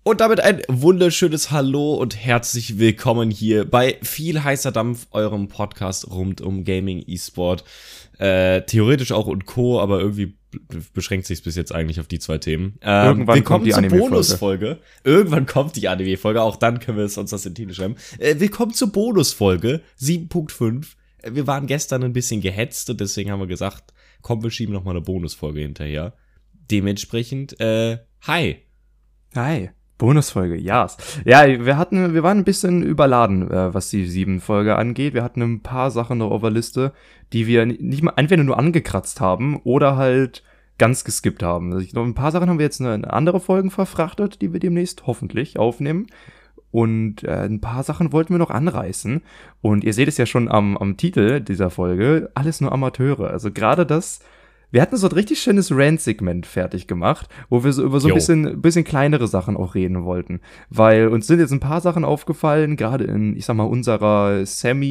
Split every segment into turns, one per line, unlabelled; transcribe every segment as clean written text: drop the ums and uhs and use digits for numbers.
Und damit ein wunderschönes Hallo und herzlich willkommen hier bei Viel heißer Dampf, eurem Podcast rund um Gaming, E-Sport, theoretisch auch und Co., aber irgendwie beschränkt sich bis jetzt eigentlich auf die zwei Themen.
Irgendwann kommt die Anime-Folge.
Bonusfolge. Irgendwann kommt die Anime-Folge, auch dann können wir es uns das in Tine schreiben. Willkommen zur Bonusfolge 7.5. Wir waren gestern ein bisschen gehetzt und deswegen haben wir gesagt, komm, wir schieben noch mal eine Bonusfolge hinterher. Dementsprechend, hi.
Hi. Bonusfolge, yes. Ja, wir waren ein bisschen überladen, was die 7-Folge angeht. Wir hatten ein paar Sachen noch auf der Liste, die wir nicht mal entweder nur angekratzt haben oder halt ganz geskippt haben. Also ein paar Sachen haben wir jetzt in andere Folgen verfrachtet, die wir demnächst hoffentlich aufnehmen. Und ein paar Sachen wollten wir noch anreißen. Und ihr seht es ja schon am Titel dieser Folge, alles nur Amateure. Also gerade das. Wir hatten so ein richtig schönes Rant-Segment fertig gemacht, wo wir so über so ein bisschen kleinere Sachen auch reden wollten. Weil uns sind jetzt ein paar Sachen aufgefallen, gerade in, ich sag mal, unserer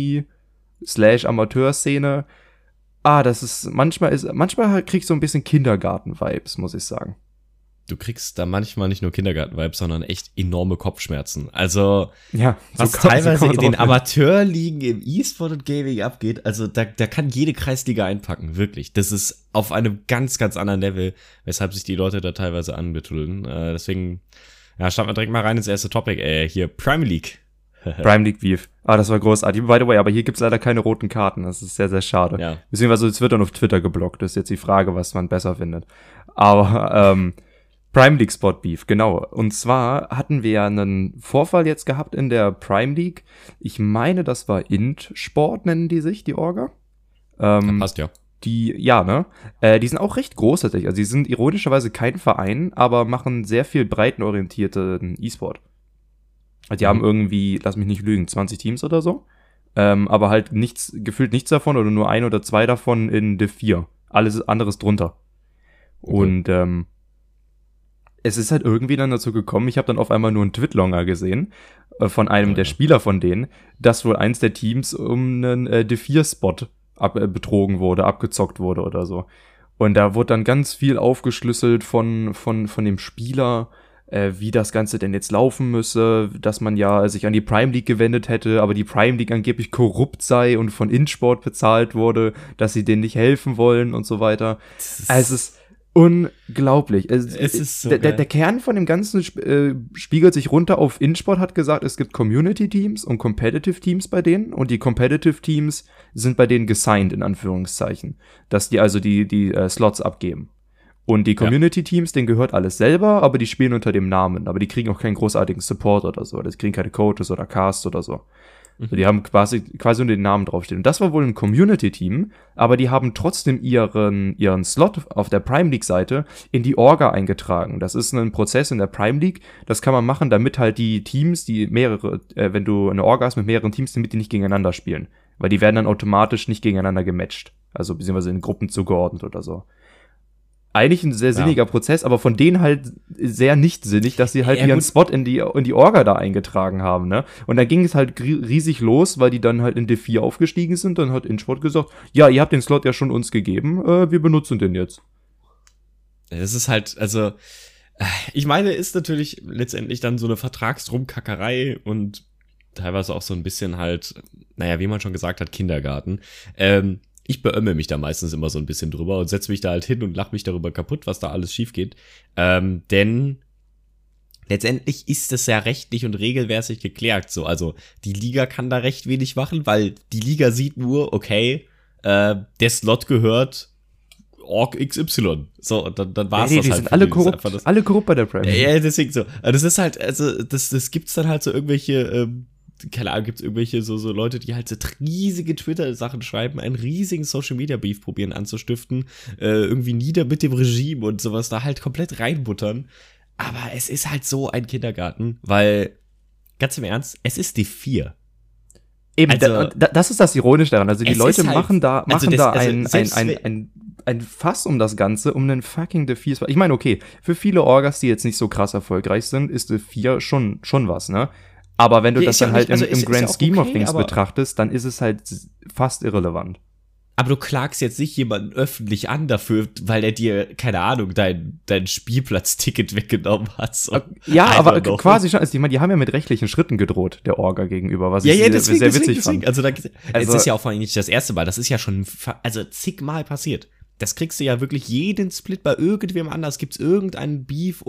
Semi-Amateur-Szene. Das ist, manchmal krieg ich so ein bisschen Kindergarten-Vibes, muss ich sagen.
Du kriegst da manchmal nicht nur Kindergarten-Vibes, sondern echt enorme Kopfschmerzen. Also,
ja,
was teilweise in den Amateurligen im E-Sport und Gaming abgeht, also da kann jede Kreisliga einpacken, wirklich. Das ist auf einem ganz, ganz anderen Level, weshalb sich die Leute da teilweise anbetteln. Deswegen, ja, starten wir direkt mal rein ins erste Topic, hier, Premier League.
Prime League Beef. Das war großartig. By the way, aber hier gibt's leider keine roten Karten. Das ist sehr, sehr schade.
Ja.
Beziehungsweise es wird dann auf Twitter geblockt. Das ist jetzt die Frage, was man besser findet. Aber, Prime League Spot Beef, genau. Und zwar hatten wir ja einen Vorfall jetzt gehabt in der Prime League. Ich meine, das war Int Sport, nennen die sich, die Orga.
Passt ja.
Die sind auch recht groß tatsächlich. Also die sind ironischerweise kein Verein, aber machen sehr viel breitenorientierten E-Sport. Also die haben irgendwie, lass mich nicht lügen, 20 Teams oder so. Aber halt gefühlt nichts davon oder nur 1 oder 2 davon in Div 4. Alles anderes drunter. Okay. Und es ist halt irgendwie dann dazu gekommen, ich habe dann auf einmal nur einen Twitlonger gesehen von einem der Spieler von denen, dass wohl eins der Teams um einen D4-Spot betrogen wurde, abgezockt wurde oder so. Und da wurde dann ganz viel aufgeschlüsselt von dem Spieler, wie das Ganze denn jetzt laufen müsse, dass man ja sich an die Prime League gewendet hätte, aber die Prime League angeblich korrupt sei und von Insport bezahlt wurde, dass sie denen nicht helfen wollen und so weiter. Also es ist unglaublich.
Es ist so
der Kern von dem Ganzen spiegelt sich runter auf InSport, hat gesagt, es gibt Community-Teams und Competitive-Teams bei denen und die Competitive-Teams sind bei denen gesigned, in Anführungszeichen, dass die also die Slots abgeben. Und die Community-Teams, denen gehört alles selber, aber die spielen unter dem Namen, aber die kriegen auch keinen großartigen Support oder so, die kriegen keine Coaches oder Cast oder so. Also die haben quasi unter den Namen draufstehen. Und das war wohl ein Community-Team, aber die haben trotzdem ihren Slot auf der Prime League-Seite in die Orga eingetragen. Das ist ein Prozess in der Prime League, das kann man machen, damit halt die Teams, wenn du eine Orga hast mit mehreren Teams, damit die nicht gegeneinander spielen. Weil die werden dann automatisch nicht gegeneinander gematcht. Also beziehungsweise in Gruppen zugeordnet oder so. Eigentlich ein sehr sinniger Prozess, aber von denen halt sehr nicht sinnig, dass sie halt ihren Spot in die Orga da eingetragen haben, ne? Und dann ging es halt riesig los, weil die dann halt in D4 aufgestiegen sind. Dann hat InSport gesagt, ja, ihr habt den Slot ja schon uns gegeben, wir benutzen den jetzt.
Es ist halt, also, ich meine, ist natürlich letztendlich dann so eine Vertragsrumkackerei und teilweise auch so ein bisschen halt, naja, wie man schon gesagt hat, Kindergarten. Ich beömmel mich da meistens immer so ein bisschen drüber und setze mich da halt hin und lache mich darüber kaputt, was da alles schief geht. Denn letztendlich ist es ja rechtlich und regelmäßig geklärt. So, also die Liga kann da recht wenig machen, weil die Liga sieht nur, okay, der Slot gehört Org XY. So, und dann war's das
die
halt.
Sind alle korrupt, alle korrupt bei der Premier League.
Ja, deswegen so. Das ist halt, also das gibt's dann halt so irgendwelche keine Ahnung, gibt's irgendwelche so Leute, die halt so riesige Twitter-Sachen schreiben, einen riesigen Social-Media-Beef probieren anzustiften, irgendwie nieder mit dem Regime und sowas da halt komplett reinbuttern. Aber es ist halt so ein Kindergarten, weil, ganz im Ernst, es ist die 4.
Eben, also, das ist das Ironische daran. Also die Leute halt, machen da ein Fass um das Ganze, um einen fucking D4. Ich meine, okay, für viele Orgas, die jetzt nicht so krass erfolgreich sind, ist D4 schon was, ne? Aber wenn du das dann halt im Grand Scheme of Things betrachtest, dann ist es halt fast irrelevant.
Aber du klagst jetzt nicht jemanden öffentlich an dafür, weil er dir, keine Ahnung, dein Spielplatzticket weggenommen hat. So.
Ja, aber quasi schon. Also, ich meine, die haben ja mit rechtlichen Schritten gedroht, der Orga gegenüber, was ich sehr witzig fand.
Also, es ist ja auch vor allem nicht das erste Mal. Das ist ja schon zigmal passiert. Das kriegst du ja wirklich jeden Split bei irgendwem anders. Gibt's irgendeinen Beef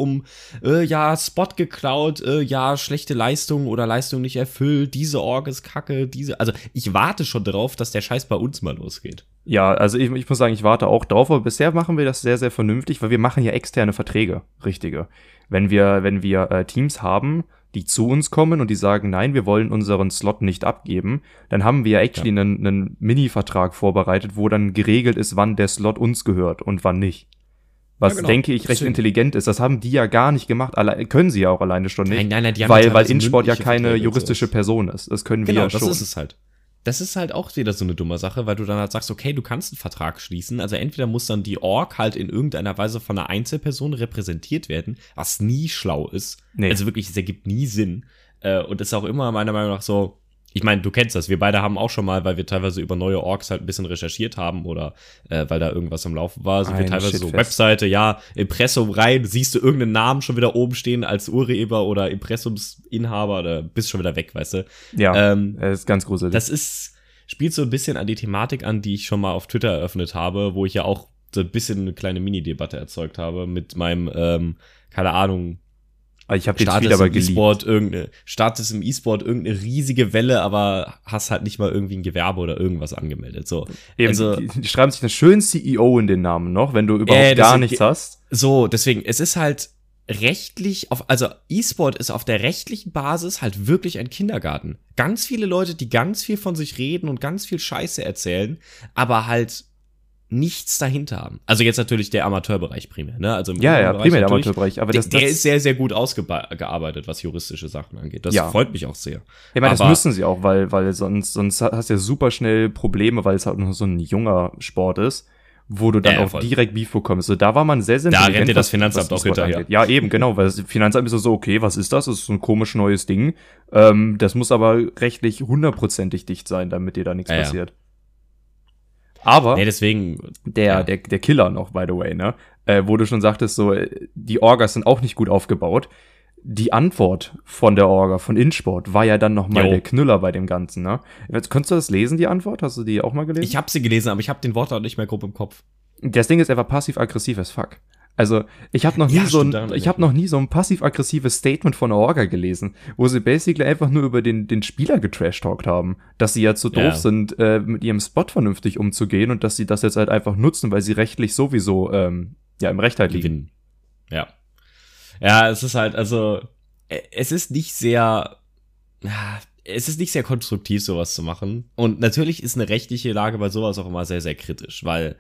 Spot geklaut, schlechte Leistung oder Leistung nicht erfüllt, diese Org ist kacke, also ich warte schon drauf, dass der Scheiß bei uns mal losgeht.
Ja, also ich muss sagen, ich warte auch drauf, aber bisher machen wir das sehr, sehr vernünftig, weil wir machen ja externe Verträge, richtige. Wenn wir Teams haben, die zu uns kommen und die sagen, nein, wir wollen unseren Slot nicht abgeben, dann haben wir actually einen Mini-Vertrag vorbereitet, wo dann geregelt ist, wann der Slot uns gehört und wann nicht. Was, denke ich, recht intelligent ist. Das haben die ja gar nicht gemacht. Können sie ja auch alleine schon nicht.
Nein, die haben
weil InSport ja keine juristische Person ist. Das können wir ja schon.
Genau, das ist es halt. Das ist halt auch wieder so eine dumme Sache, weil du dann halt sagst, okay, du kannst einen Vertrag schließen, also entweder muss dann die Org halt in irgendeiner Weise von einer Einzelperson repräsentiert werden, was nie schlau ist. Nee. Also wirklich, es ergibt nie Sinn. Und ist auch immer meiner Meinung nach so, ich meine, du kennst das, wir beide haben auch schon mal, weil wir teilweise über neue Orgs halt ein bisschen recherchiert haben oder weil da irgendwas am Laufen war, sind wir teilweise so Webseite, Impressum rein, siehst du irgendeinen Namen schon wieder oben stehen als Urheber oder Impressumsinhaber oder bist schon wieder weg, weißt du?
Ja, das ist ganz gruselig.
Spielt so ein bisschen an die Thematik an, die ich schon mal auf Twitter eröffnet habe, wo ich ja auch so ein bisschen eine kleine Mini-Debatte erzeugt habe mit meinem, keine Ahnung,
ich habe den Spiel aber geliebt.
Startest im E-Sport irgendeine riesige Welle, aber hast halt nicht mal irgendwie ein Gewerbe oder irgendwas angemeldet. So.
Eben, also, die schreiben sich einen schönen CEO in den Namen noch, wenn du überhaupt gar nichts hast.
So, deswegen, es ist halt rechtlich, also E-Sport ist auf der rechtlichen Basis halt wirklich ein Kindergarten. Ganz viele Leute, die ganz viel von sich reden und ganz viel Scheiße erzählen, aber halt nichts dahinter haben. Also jetzt natürlich der Amateurbereich primär, ne? Also
primär der Amateurbereich, aber
der ist sehr, sehr gut ausgearbeitet, was juristische Sachen angeht. Das freut mich auch sehr.
Ich meine, das müssen sie auch, weil sonst hast du ja super schnell Probleme, weil es halt noch so ein junger Sport ist, wo du dann auch direkt Beef bekommst. So, da war man sehr, sehr
da rennt dir das Finanzamt auch hinterher.
Angeht. Ja, eben, genau, weil das Finanzamt ist so, okay, was ist das? Das ist so ein komisch neues Ding. Das muss aber rechtlich 100%ig dicht sein, damit dir da nichts passiert. Aber
deswegen
der Killer noch, by the way, ne? Wo du schon sagtest, so, die Orgas sind auch nicht gut aufgebaut. Die Antwort von der Orga, von InSport, war ja dann noch mal der Knüller bei dem Ganzen, ne? Könntest du das lesen, die Antwort? Hast du die auch mal gelesen?
Ich habe sie gelesen, aber ich habe den Wortlaut nicht mehr grob im Kopf.
Das Ding ist einfach passiv-aggressiv as fuck. Also, ich habe noch nie so ein passiv-aggressives Statement von der Orga gelesen, wo sie basically einfach nur über den Spieler getrashtalkt haben, dass sie ja zu doof sind, mit ihrem Spot vernünftig umzugehen und dass sie das jetzt halt einfach nutzen, weil sie rechtlich sowieso im Recht halt liegen.
Ja, es ist halt, also, es ist nicht sehr konstruktiv, sowas zu machen. Und natürlich ist eine rechtliche Lage bei sowas auch immer sehr, sehr kritisch, weil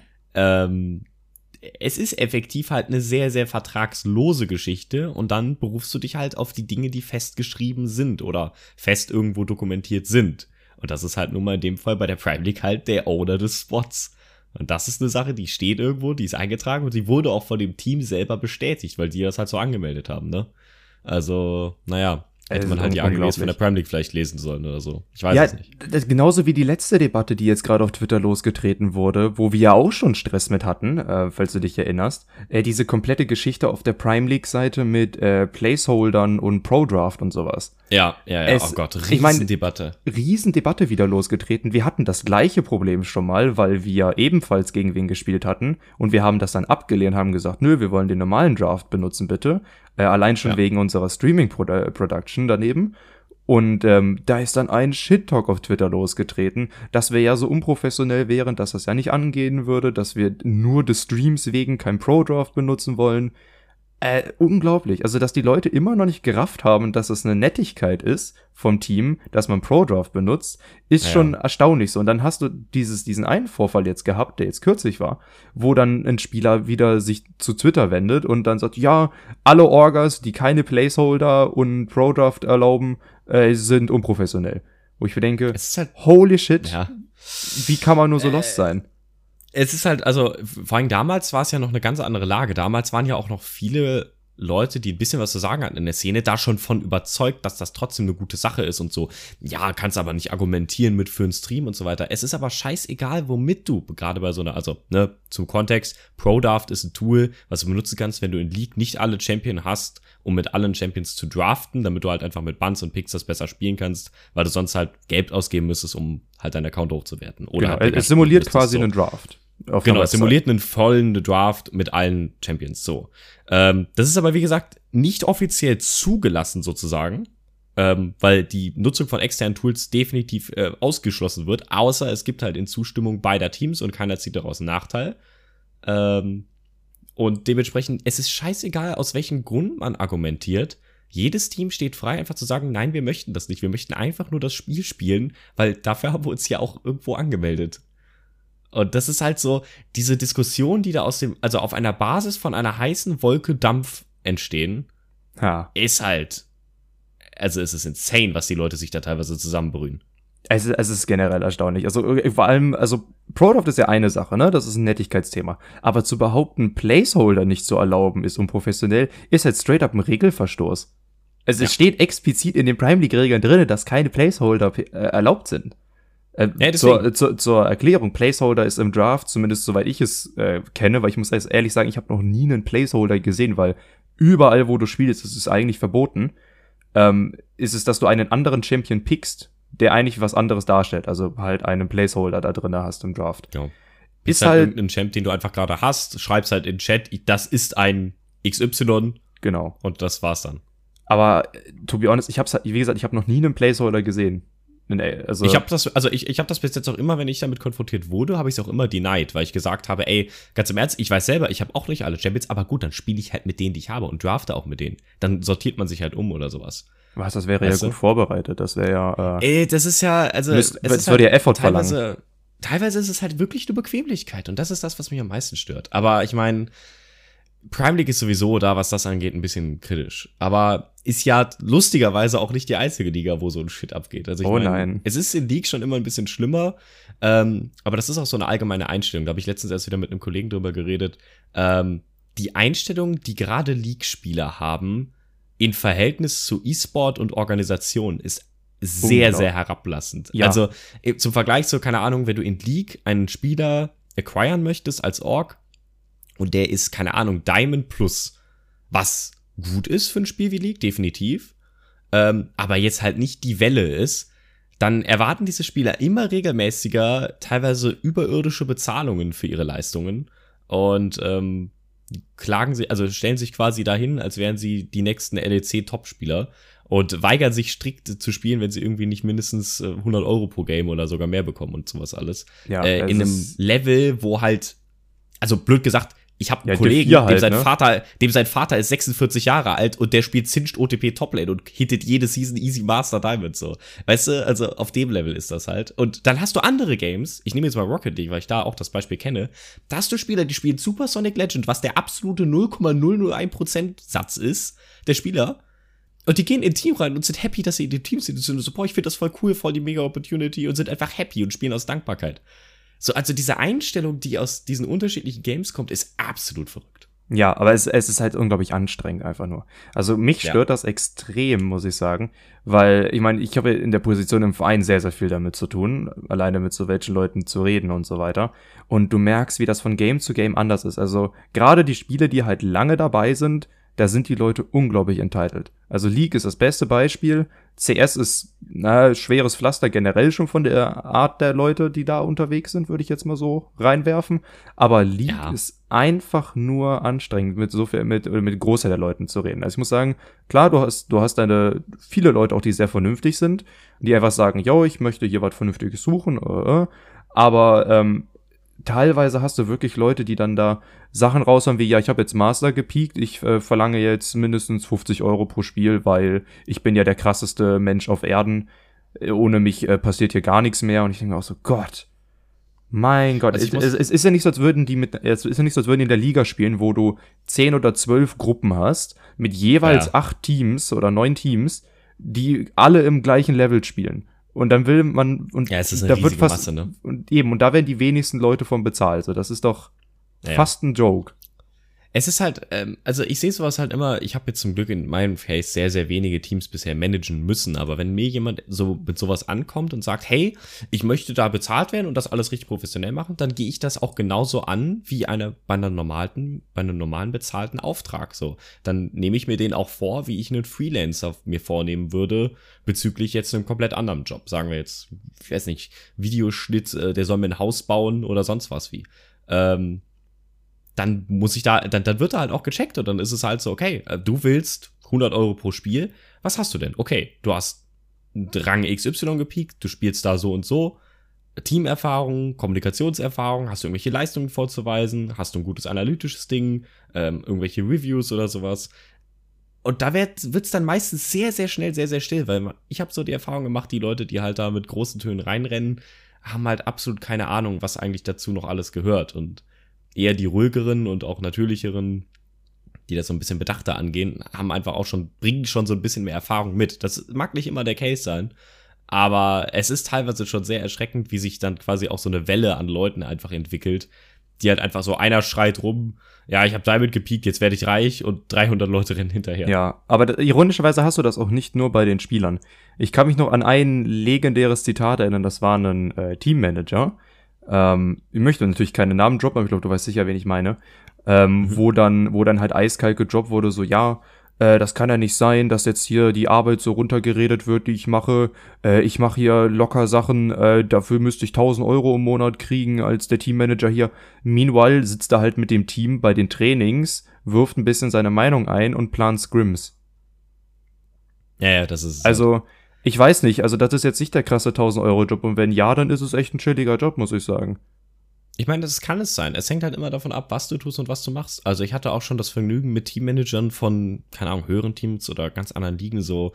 es ist effektiv halt eine sehr, sehr vertragslose Geschichte und dann berufst du dich halt auf die Dinge, die festgeschrieben sind oder fest irgendwo dokumentiert sind. Und das ist halt nun mal in dem Fall bei der Prime League halt der Owner des Spots. Und das ist eine Sache, die steht irgendwo, die ist eingetragen und die wurde auch von dem Team selber bestätigt, weil die das halt so angemeldet haben, ne? Also, naja. Hätte man halt die AGBs von der Prime League vielleicht lesen sollen oder so. Ich weiß es nicht.
Das, genauso wie die letzte Debatte, die jetzt gerade auf Twitter losgetreten wurde, wo wir ja auch schon Stress mit hatten, falls du dich erinnerst. Diese komplette Geschichte auf der Prime League-Seite mit Placeholdern und Pro-Draft und sowas.
Ja. Oh Gott, Riesendebatte.
Riesendebatte wieder losgetreten. Wir hatten das gleiche Problem schon mal, weil wir ebenfalls gegen wen gespielt hatten. Und wir haben das dann abgelehnt, haben gesagt, nö, wir wollen den normalen Draft benutzen, bitte. Allein schon wegen unserer Streaming-Production daneben. Und da ist dann ein Shit-Talk auf Twitter losgetreten, dass wir ja so unprofessionell wären, dass das ja nicht angehen würde, dass wir nur des Streams wegen kein Pro-Draft benutzen wollen. Unglaublich. Also, dass die Leute immer noch nicht gerafft haben, dass es eine Nettigkeit ist vom Team, dass man Pro-Draft benutzt, ist schon erstaunlich so. Und dann hast du diesen einen Vorfall jetzt gehabt, der jetzt kürzlich war, wo dann ein Spieler wieder sich zu Twitter wendet und dann sagt, ja, alle Orgas, die keine Placeholder und Pro-Draft erlauben, sind unprofessionell. Wo ich mir denke, holy shit, wie kann man nur so lost sein?
Es ist halt, also, vor allem damals war es ja noch eine ganz andere Lage. Damals waren ja auch noch viele Leute, die ein bisschen was zu sagen hatten in der Szene, da schon von überzeugt, dass das trotzdem eine gute Sache ist und so. Ja, kannst aber nicht argumentieren mit für einen Stream und so weiter. Es ist aber scheißegal, womit du, gerade bei so einer, also, ne, zum Kontext, ProDraft ist ein Tool, was du benutzen kannst, wenn du in League nicht alle Champion hast, um mit allen Champions zu draften, damit du halt einfach mit Bans und Picks das besser spielen kannst, weil du sonst halt Geld ausgeben müsstest, um halt deinen Account hochzuwerten. Oder
genau,
halt
es simuliert quasi einen Draft.
Genau, es simuliert einen vollen Draft mit allen Champions, so. Das ist aber, wie gesagt, nicht offiziell zugelassen sozusagen, weil die Nutzung von externen Tools definitiv ausgeschlossen wird, außer es gibt halt in Zustimmung beider Teams und keiner zieht daraus einen Nachteil. Und dementsprechend, es ist scheißegal, aus welchem Grund man argumentiert. Jedes Team steht frei, einfach zu sagen, nein, wir möchten das nicht. Wir möchten einfach nur das Spiel spielen, weil dafür haben wir uns ja auch irgendwo angemeldet. Und das ist halt so, diese Diskussion, die da also auf einer Basis von einer heißen Wolke Dampf entstehen, ist halt, also es ist insane, was die Leute sich da teilweise zusammenbrühen.
Es ist generell erstaunlich. Also vor allem, also ProDraft ist ja eine Sache, ne? Das ist ein Nettigkeitsthema. Aber zu behaupten, Placeholder nicht zu erlauben ist unprofessionell, ist halt straight up ein Regelverstoß. Also es steht explizit in den Prime League-Regeln drin, dass keine Placeholder erlaubt sind. Zur Erklärung, Placeholder ist im Draft, zumindest soweit ich es kenne, weil ich muss ehrlich sagen, ich habe noch nie einen Placeholder gesehen, weil überall, wo du spielst, ist es eigentlich verboten, ist es, dass du einen anderen Champion pickst, der eigentlich was anderes darstellt, also halt einen Placeholder da drin hast im Draft.
Ja. Ist halt ein Champ, den du einfach gerade hast, schreibst halt in Chat, das ist ein XY.
Genau.
Und das war's dann.
Aber, to be honest, wie gesagt, ich habe noch nie einen Placeholder gesehen.
Also ich habe das bis jetzt auch immer, wenn ich damit konfrontiert wurde, habe ich es auch immer denied, weil ich gesagt habe, ey, ganz im Ernst, ich weiß selber, ich habe auch nicht alle Champions, aber gut, dann spiele ich halt mit denen, die ich habe und drafte auch mit denen. Dann sortiert man sich halt um oder sowas.
Was, das wäre ja gut vorbereitet, das wäre ja
das ist ja, also
es würde halt ja Effort verlangen.
Teilweise ist es halt wirklich eine Bequemlichkeit und das ist das, was mich am meisten stört. Aber ich meine, Prime League ist sowieso da, was das angeht, ein bisschen kritisch. Aber ist ja lustigerweise auch nicht die einzige Liga, wo so ein Shit abgeht. Also ich meine, es ist in League schon immer ein bisschen schlimmer, aber das ist auch so eine allgemeine Einstellung. Da habe ich letztens erst wieder mit einem Kollegen drüber geredet. Die Einstellung, die gerade League-Spieler haben, in Verhältnis zu E-Sport und Organisation, ist sehr, sehr herablassend. Ja. Also zum Vergleich so, keine Ahnung, wenn du in League einen Spieler acquiren möchtest als Org, und der ist, keine Ahnung, Diamond Plus, was gut ist für ein Spiel wie League, definitiv, aber jetzt halt nicht die Welle ist, dann erwarten diese Spieler immer regelmäßiger, teilweise überirdische Bezahlungen für ihre Leistungen und stellen sich quasi dahin, als wären sie die nächsten LEC-Top-Spieler und weigern sich strikt zu spielen, wenn sie irgendwie nicht mindestens 100 Euro pro Game oder sogar mehr bekommen und sowas alles. Ja, in einem Level, wo halt, also blöd gesagt, ich habe einen Kollegen, dem sein Vater ist 46 Jahre alt und der spielt Singed OTP Toplane und hittet jede Season Easy Master Diamond so. Weißt du, also auf dem Level ist das halt. Und dann hast du andere Games, ich nehme jetzt mal Rocket League, weil ich da auch das Beispiel kenne, da hast du Spieler, die spielen Super Sonic Legend, was der absolute 0,001% Satz ist, der Spieler. Und die gehen in ein Team rein und sind happy, dass sie in dem Team sind. Und sind so, boah, ich finde das voll cool, voll die mega Opportunity und sind einfach happy und spielen aus Dankbarkeit. So, also diese Einstellung, die aus diesen unterschiedlichen Games kommt, ist absolut verrückt.
Ja, aber es ist halt unglaublich anstrengend einfach nur. Also mich stört das extrem, muss ich sagen, weil ich meine, ich habe in der Position im Verein sehr, sehr viel damit zu tun, alleine mit so welchen Leuten zu reden und so weiter. Und du merkst, wie das von Game zu Game anders ist. Also gerade die Spiele, die halt lange dabei sind, da sind die Leute unglaublich entitled. Also League ist das beste Beispiel. CS ist schweres Pflaster generell schon von der Art der Leute, die da unterwegs sind, würde ich jetzt mal so reinwerfen. Aber League ist einfach nur anstrengend, mit Großteil der Leuten zu reden. Also ich muss sagen, klar, du hast viele Leute auch, die sehr vernünftig sind, die einfach sagen, yo, ich möchte hier was Vernünftiges suchen, aber teilweise hast du wirklich Leute, die dann da Sachen raushauen wie, ja, ich habe jetzt Master gepiekt, ich verlange jetzt mindestens 50 Euro pro Spiel, weil ich bin ja der krasseste Mensch auf Erden. Ohne mich passiert hier gar nichts mehr. Und ich denke mir auch so, Gott, mein Gott. Also es ist ja nicht so, als würden die in der Liga spielen, wo du 10 oder 12 Gruppen hast, mit jeweils 8 Teams oder 9 Teams, die alle im gleichen Level spielen. Und dann will man, und
es ist eine da riesige Masse, ne?
Und da werden die wenigsten Leute von bezahlt. So, das ist doch fast ein Joke.
Es ist halt, also ich sehe sowas halt immer, ich habe jetzt zum Glück in meinem Case sehr, sehr wenige Teams bisher managen müssen, aber wenn mir jemand so mit sowas ankommt und sagt, hey, ich möchte da bezahlt werden und das alles richtig professionell machen, dann gehe ich das auch genauso an wie bei einem normalen bezahlten Auftrag. So, dann nehme ich mir den auch vor, wie ich einen Freelancer mir vornehmen würde, bezüglich jetzt einem komplett anderen Job. Sagen wir jetzt, ich weiß nicht, Videoschnitt, der soll mir ein Haus bauen oder sonst was wie. Dann dann wird da halt auch gecheckt und dann ist es halt so, okay, du willst 100 Euro pro Spiel, was hast du denn? Okay, du hast Rang XY gepiekt, du spielst da so und so, Teamerfahrung, Kommunikationserfahrung, hast du irgendwelche Leistungen vorzuweisen, hast du ein gutes analytisches Ding, irgendwelche Reviews oder sowas. Und da wird's dann meistens sehr, sehr schnell, sehr, sehr still, weil ich habe so die Erfahrung gemacht, die Leute, die halt da mit großen Tönen reinrennen, haben halt absolut keine Ahnung, was eigentlich dazu noch alles gehört und eher die ruhigeren und auch natürlicheren, die das so ein bisschen bedachter angehen, bringen schon so ein bisschen mehr Erfahrung mit. Das mag nicht immer der Case sein, aber es ist teilweise schon sehr erschreckend, wie sich dann quasi auch so eine Welle an Leuten einfach entwickelt, die halt einfach so, einer schreit rum, ja, ich habe damit gepiekt, jetzt werde ich reich und 300 Leute rennen hinterher.
Ja, aber ironischerweise hast du das auch nicht nur bei den Spielern. Ich kann mich noch an ein legendäres Zitat erinnern, das war ein Teammanager. Ich möchte natürlich keine Namen droppen, aber ich glaube, du weißt sicher, wen ich meine. Wo dann halt eiskalt gejobbt wurde, so, ja, das kann ja nicht sein, dass jetzt hier die Arbeit so runtergeredet wird, die ich mache. Ich mache hier locker Sachen, dafür müsste ich 1.000 Euro im Monat kriegen als der Teammanager hier. Meanwhile sitzt er halt mit dem Team bei den Trainings, wirft ein bisschen seine Meinung ein und plant Scrims.
Ja, das ist
also, ich weiß nicht, also das ist jetzt nicht der krasse 1.000-Euro-Job und wenn ja, dann ist es echt ein chilliger Job, muss ich sagen.
Ich meine, das kann es sein. Es hängt halt immer davon ab, was du tust und was du machst. Also ich hatte auch schon das Vergnügen mit Teammanagern von, keine Ahnung, höheren Teams oder ganz anderen Ligen so,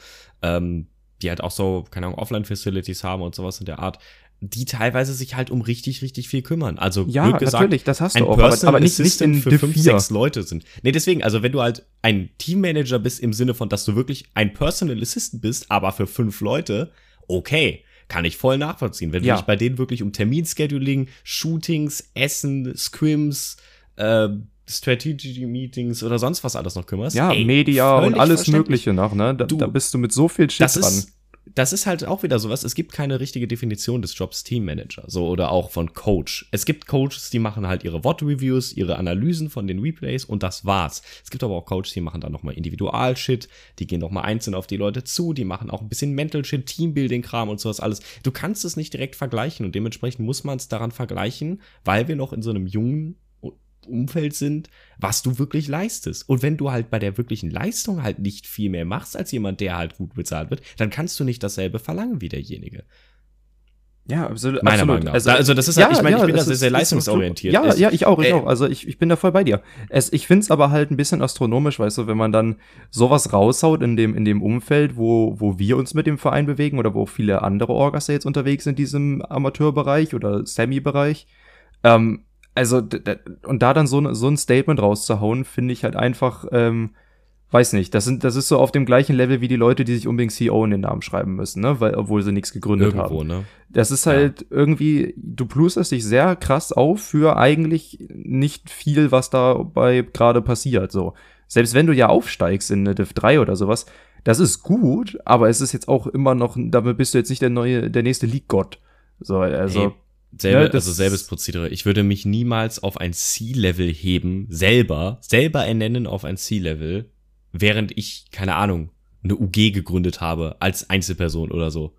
die halt auch so, keine Ahnung, Offline-Facilities haben und sowas in der Art, die teilweise sich halt um richtig, richtig viel kümmern. Also
ja,
blöd gesagt,
natürlich, das hast du auch,
aber nicht in für
Div
5,
4.
6 Leute sind. Nee, deswegen, also wenn du halt ein Teammanager bist im Sinne von, dass du wirklich ein Personal Assistant bist, aber für 5 Leute, okay, kann ich voll nachvollziehen. Wenn du dich bei denen wirklich um Terminscheduling, Shootings, Essen, Scrims, Strategy Meetings oder sonst was alles noch kümmerst.
Ja, Media und alles Mögliche noch, ne? Da bist du mit so viel Shit dran.
Das ist halt auch wieder sowas, es gibt keine richtige Definition des Jobs Teammanager, so, oder auch von Coach. Es gibt Coaches, die machen halt ihre VOD-Reviews, ihre Analysen von den Replays und das war's. Es gibt aber auch Coaches, die machen dann nochmal Individual-Shit, die gehen nochmal einzeln auf die Leute zu, die machen auch ein bisschen Mental-Shit, Teambuilding-Kram und sowas alles. Du kannst es nicht direkt vergleichen und dementsprechend muss man es daran vergleichen, weil wir noch in so einem jungen Umfeld sind, was du wirklich leistest. Und wenn du halt bei der wirklichen Leistung halt nicht viel mehr machst als jemand, der halt gut bezahlt wird, dann kannst du nicht dasselbe verlangen wie derjenige.
Ja, absolut.
Meiner Meinung nach. Also das ist halt, ich meine, ich bin da sehr, sehr leistungsorientiert.
Ja, ich auch. Also ich bin da voll bei dir. Ich find's aber halt ein bisschen astronomisch, weißt du, wenn man dann sowas raushaut in dem Umfeld, wo wir uns mit dem Verein bewegen oder wo viele andere Orgas jetzt unterwegs sind in diesem Amateurbereich oder Semi-Bereich. Also, und da dann so ein Statement rauszuhauen, finde ich halt einfach, weiß nicht, das ist so auf dem gleichen Level wie die Leute, die sich unbedingt CEO in den Namen schreiben müssen, ne, obwohl sie nichts gegründet haben. Ne? Das ist halt irgendwie, du plusterst dich sehr krass auf für eigentlich nicht viel, was dabei gerade passiert, so. Selbst wenn du ja aufsteigst in eine Div 3 oder sowas, das ist gut, aber es ist jetzt auch immer noch, damit bist du jetzt nicht der nächste League-Gott. So, also.
Hey. Selbes Prozedere. Ich würde mich niemals auf ein C-Level heben, selber ernennen auf ein C-Level, während ich, keine Ahnung, eine UG gegründet habe, als Einzelperson oder so.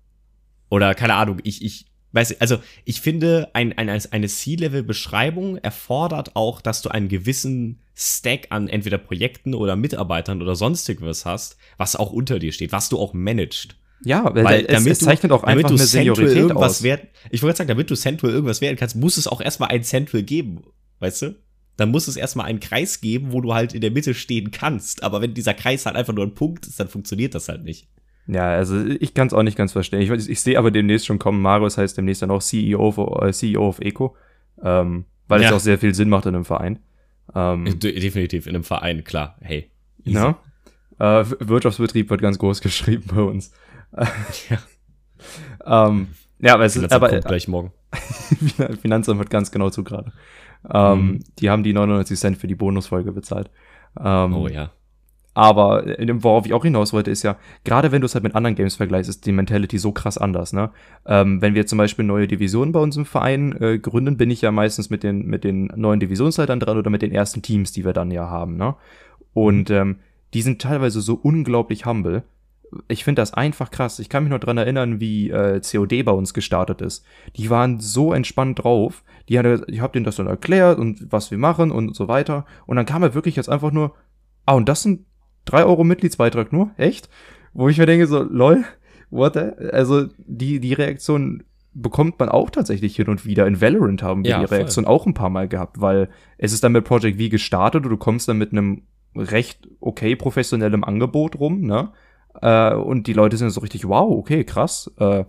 Oder, keine Ahnung, ich weiß, also, ich finde, eine C-Level-Beschreibung erfordert auch, dass du einen gewissen Stack an entweder Projekten oder Mitarbeitern oder sonstig was hast, was auch unter dir steht, was du auch managst.
Ja, weil es zeichnet auch einfach eine Seniorität aus.
Ich wollte sagen, damit du Central irgendwas werden kannst, muss es auch erstmal ein Central geben, weißt du? Dann muss es erstmal einen Kreis geben, wo du halt in der Mitte stehen kannst. Aber wenn dieser Kreis halt einfach nur ein Punkt ist, dann funktioniert das halt nicht.
Ja, also ich kann es auch nicht ganz verstehen. Ich sehe aber demnächst schon kommen, Marius heißt demnächst dann auch CEO of Eco, weil es auch sehr viel Sinn macht in einem Verein.
Definitiv, in einem Verein, klar. Hey.
Ja. Wirtschaftsbetrieb wird ganz groß geschrieben bei uns.
Ja.
Ja, aber es ist
aber gleich morgen.
Finanzamt hört ganz genau zu gerade. Die haben die 99 Cent für die Bonusfolge bezahlt.
Oh ja.
Aber worauf ich auch hinaus wollte, ist ja, gerade wenn du es halt mit anderen Games vergleichst, ist die Mentality so krass anders, ne? Wenn wir zum Beispiel neue Divisionen bei uns im Verein gründen, bin ich ja meistens mit den neuen Divisionsleitern dran oder mit den ersten Teams, die wir dann ja haben, ne? Und die sind teilweise so unglaublich humble. Ich finde das einfach krass. Ich kann mich noch dran erinnern, wie COD bei uns gestartet ist. Die waren so entspannt drauf. Ich hab denen das dann erklärt und was wir machen und so weiter. Und dann kam er wirklich jetzt einfach nur, und das sind 3 Euro Mitgliedsbeitrag nur? Echt? Wo ich mir denke so, lol, what the? Also die Reaktion bekommt man auch tatsächlich hin und wieder. In Valorant haben wir die Reaktion auch ein paar Mal gehabt, weil es ist dann mit Project V gestartet und du kommst dann mit einem recht okay professionellem Angebot rum, ne? Und die Leute sind so richtig, wow, okay, krass.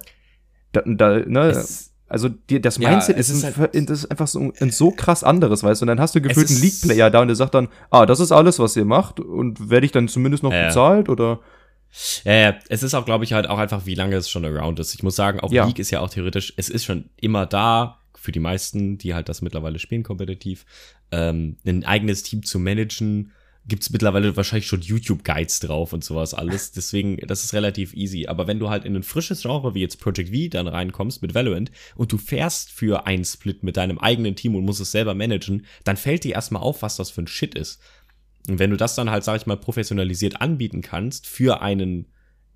Also das Mindset ist einfach so ein so krass anderes, weißt du, und dann hast du gefühlt einen League-Player da und der sagt dann, das ist alles, was ihr macht und werde ich dann zumindest noch bezahlt, oder?
Ja, es ist auch, glaube ich, halt auch einfach, wie lange es schon around ist. Ich muss sagen, auch League ist ja auch theoretisch, es ist schon immer da, für die meisten, die halt das mittlerweile spielen, kompetitiv, ein eigenes Team zu managen, gibt's mittlerweile wahrscheinlich schon YouTube-Guides drauf und sowas alles. Deswegen, das ist relativ easy. Aber wenn du halt in ein frisches Genre wie jetzt Project V dann reinkommst mit Valorant und du fährst für einen Split mit deinem eigenen Team und musst es selber managen, dann fällt dir erstmal auf, was das für ein Shit ist. Und wenn du das dann halt, sag ich mal, professionalisiert anbieten kannst für in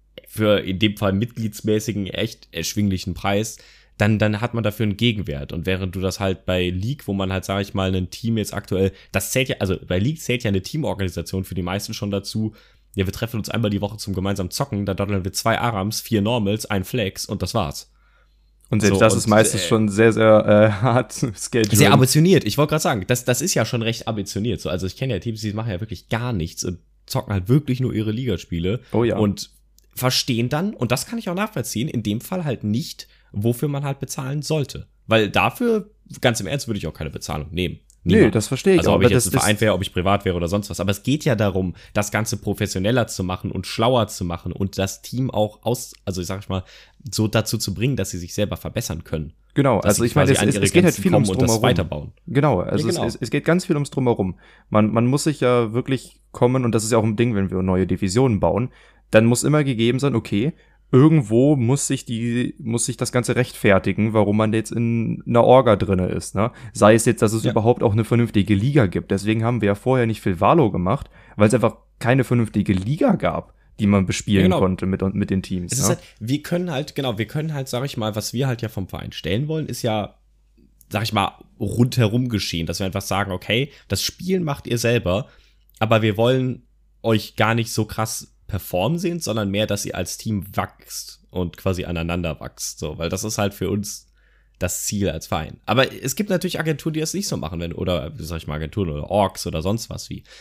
dem Fall mitgliedsmäßigen, echt erschwinglichen Preis, dann hat man dafür einen Gegenwert. Und während du das halt bei League, wo man halt, sag ich mal, ein Team jetzt aktuell, das zählt ja, also bei League zählt ja eine Teamorganisation für die meisten schon dazu, ja, wir treffen uns einmal die Woche zum gemeinsamen Zocken, da doddeln wir 2 Arams, 4 Normals, 1 Flex und das war's.
Und selbst das ist meistens schon sehr, sehr hart scheduled.
Sehr ambitioniert, ich wollte gerade sagen, das ist ja schon recht ambitioniert. So, also ich kenne ja Teams, die machen ja wirklich gar nichts und zocken halt wirklich nur ihre Ligaspiele.
Oh ja.
Und verstehen dann, und das kann ich auch nachvollziehen, in dem Fall halt nicht, wofür man halt bezahlen sollte. Weil dafür, ganz im Ernst, würde ich auch keine Bezahlung nehmen. Niemand.
Nee, das verstehe ich.
Also ob ich jetzt ein Verein wäre, ob ich privat wäre oder sonst was. Aber es geht ja darum, das Ganze professioneller zu machen und schlauer zu machen und das Team auch also ich sag mal, so dazu zu bringen, dass sie sich selber verbessern können.
Genau, also ich meine, es geht halt viel ums Drumherum.
Weiterbauen.
Genau, also ja, genau. Es geht ganz viel ums Drumherum. Man muss sich ja wirklich kommen, und das ist ja auch ein Ding, wenn wir neue Divisionen bauen, dann muss immer gegeben sein, okay, irgendwo muss sich das Ganze rechtfertigen, warum man jetzt in einer Orga drinne ist, ne? Sei es jetzt, dass es überhaupt auch eine vernünftige Liga gibt. Deswegen haben wir ja vorher nicht viel Valo gemacht, weil es einfach keine vernünftige Liga gab, die man bespielen konnte mit den Teams.
Es ist halt, wir können halt, sag ich mal, was wir halt ja vom Verein stellen wollen, ist ja, sag ich mal, rundherum geschehen, dass wir einfach sagen, okay, das Spielen macht ihr selber, aber wir wollen euch gar nicht so krass performen sehen, sondern mehr, dass ihr als Team wächst und quasi aneinander wächst, so, weil das ist halt für uns das Ziel als Verein. Aber es gibt natürlich Agenturen, die das nicht so machen, oder, sag ich mal, Agenturen oder Orgs oder sonst was wie.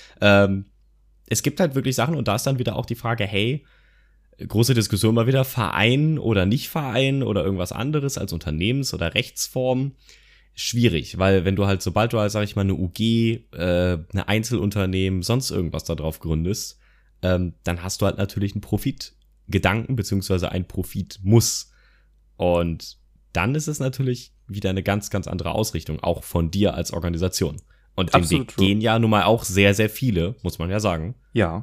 Es gibt halt wirklich Sachen, und da ist dann wieder auch die Frage, hey, große Diskussion mal wieder, Verein oder nicht Verein oder irgendwas anderes als Unternehmens- oder Rechtsform. Schwierig, weil wenn du halt, sobald du halt, sag ich mal, eine UG, eine Einzelunternehmen, sonst irgendwas da drauf gründest, dann hast du halt natürlich einen Profitgedanken, beziehungsweise ein Profitmuss. Und dann ist es natürlich wieder eine ganz, ganz andere Ausrichtung, auch von dir als Organisation. Und den Weg gehen ja nun mal auch sehr, sehr viele, muss man ja sagen.
Ja.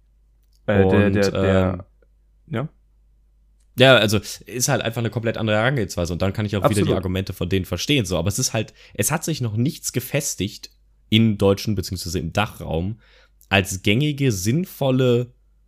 Ja. Ja, also ist halt einfach eine komplett andere Herangehensweise. Und dann kann ich auch wieder die Argumente von denen verstehen. So, aber es ist halt, es hat sich noch nichts gefestigt im deutschen beziehungsweise im Dachraum als sinnvoller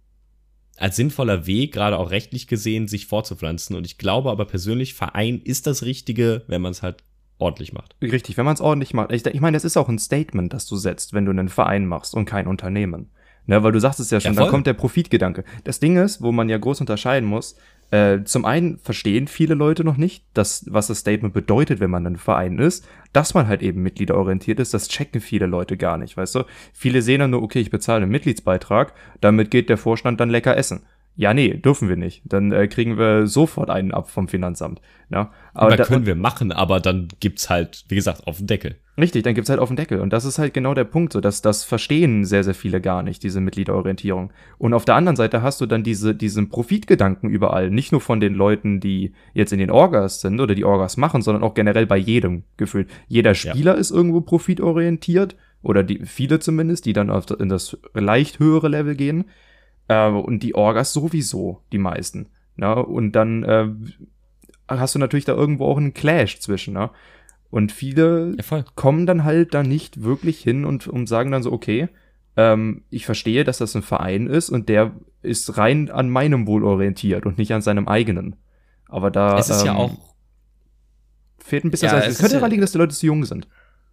Weg, gerade auch rechtlich gesehen, sich fortzupflanzen. Und ich glaube aber persönlich, Verein ist das Richtige, wenn man es halt ordentlich macht.
Richtig, wenn man es ordentlich macht. Ich meine, das ist auch ein Statement, das du setzt, wenn du einen Verein machst und kein Unternehmen. Ne, weil du sagst es ja schon, dann kommt der Profitgedanke. Das Ding ist, wo man ja groß unterscheiden muss, zum einen verstehen viele Leute noch nicht, was das Statement bedeutet, wenn man ein Verein ist, dass man halt eben mitgliederorientiert ist, das checken viele Leute gar nicht, weißt du? Viele sehen dann nur, okay, ich bezahle einen Mitgliedsbeitrag, damit geht der Vorstand dann lecker essen. Ja, nee, dürfen wir nicht. Dann kriegen wir sofort einen ab vom Finanzamt. Ja?
Aber können wir machen, aber dann gibt's halt, wie gesagt, auf den Deckel.
Richtig, dann gibt's halt auf den Deckel. Und das ist halt genau der Punkt, so dass das verstehen sehr, sehr viele gar nicht, diese Mitgliederorientierung. Und auf der anderen Seite hast du dann diesen Profitgedanken überall. Nicht nur von den Leuten, die jetzt in den Orgas sind oder die Orgas machen, sondern auch generell bei jedem gefühlt. Jeder Spieler ist irgendwo profitorientiert oder viele zumindest, die dann in das leicht höhere Level gehen. Und die Orgas sowieso, die meisten. Ne? Und dann hast du natürlich da irgendwo auch einen Clash zwischen. Ne? Und viele kommen dann halt da nicht wirklich hin und sagen dann so, okay, ich verstehe, dass das ein Verein ist und der ist rein an meinem Wohl orientiert und nicht an seinem eigenen. Aber da
es ist ja auch
fehlt ein bisschen das. Es könnte daran liegen, dass die Leute zu jung sind.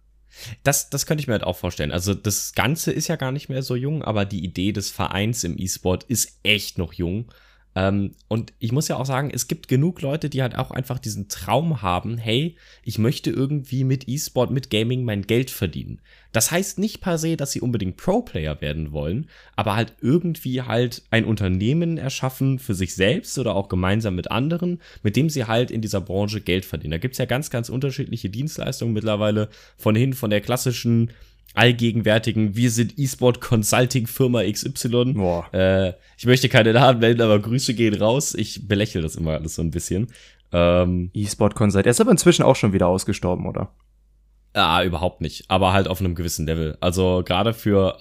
Das könnte ich mir halt auch vorstellen. Also das Ganze ist ja gar nicht mehr so jung, aber die Idee des Vereins im E-Sport ist echt noch jung. Und ich muss ja auch sagen, es gibt genug Leute, die halt auch einfach diesen Traum haben, hey, ich möchte irgendwie mit E-Sport, mit Gaming mein Geld verdienen. Das heißt nicht per se, dass sie unbedingt Pro-Player werden wollen, aber halt irgendwie halt ein Unternehmen erschaffen für sich selbst oder auch gemeinsam mit anderen, mit dem sie halt in dieser Branche Geld verdienen. Da gibt's ja ganz, ganz unterschiedliche Dienstleistungen mittlerweile, von der klassischen allgegenwärtigen, wir sind E-Sport-Consulting-Firma XY. Ich möchte keine Namen nennen, aber Grüße gehen raus. Ich belächle das immer alles so ein bisschen.
E-Sport-Consulting, er ist aber inzwischen auch schon wieder ausgestorben, oder?
Überhaupt nicht, aber halt auf einem gewissen Level. Also gerade für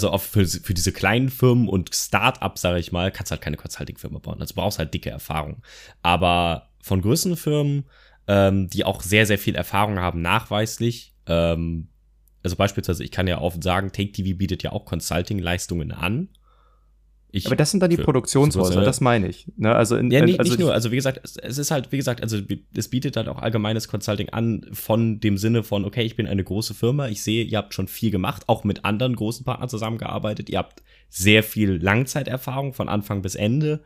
diese kleinen Firmen und Start-ups, sage ich mal, kannst du halt keine Consulting-Firma bauen. Also brauchst halt dicke Erfahrung. Aber von größeren Firmen, die auch sehr, sehr viel Erfahrung haben, nachweislich, also beispielsweise, ich kann ja oft sagen, Take TV bietet ja auch Consulting-Leistungen an.
Aber das sind dann die Produktionshäuser, das meine ich. Ne?
Nicht nur, also wie gesagt, es ist halt, also es bietet halt auch allgemeines Consulting an von dem Sinne von, okay, ich bin eine große Firma, ich sehe, ihr habt schon viel gemacht, auch mit anderen großen Partnern zusammengearbeitet, ihr habt sehr viel Langzeiterfahrung von Anfang bis Ende.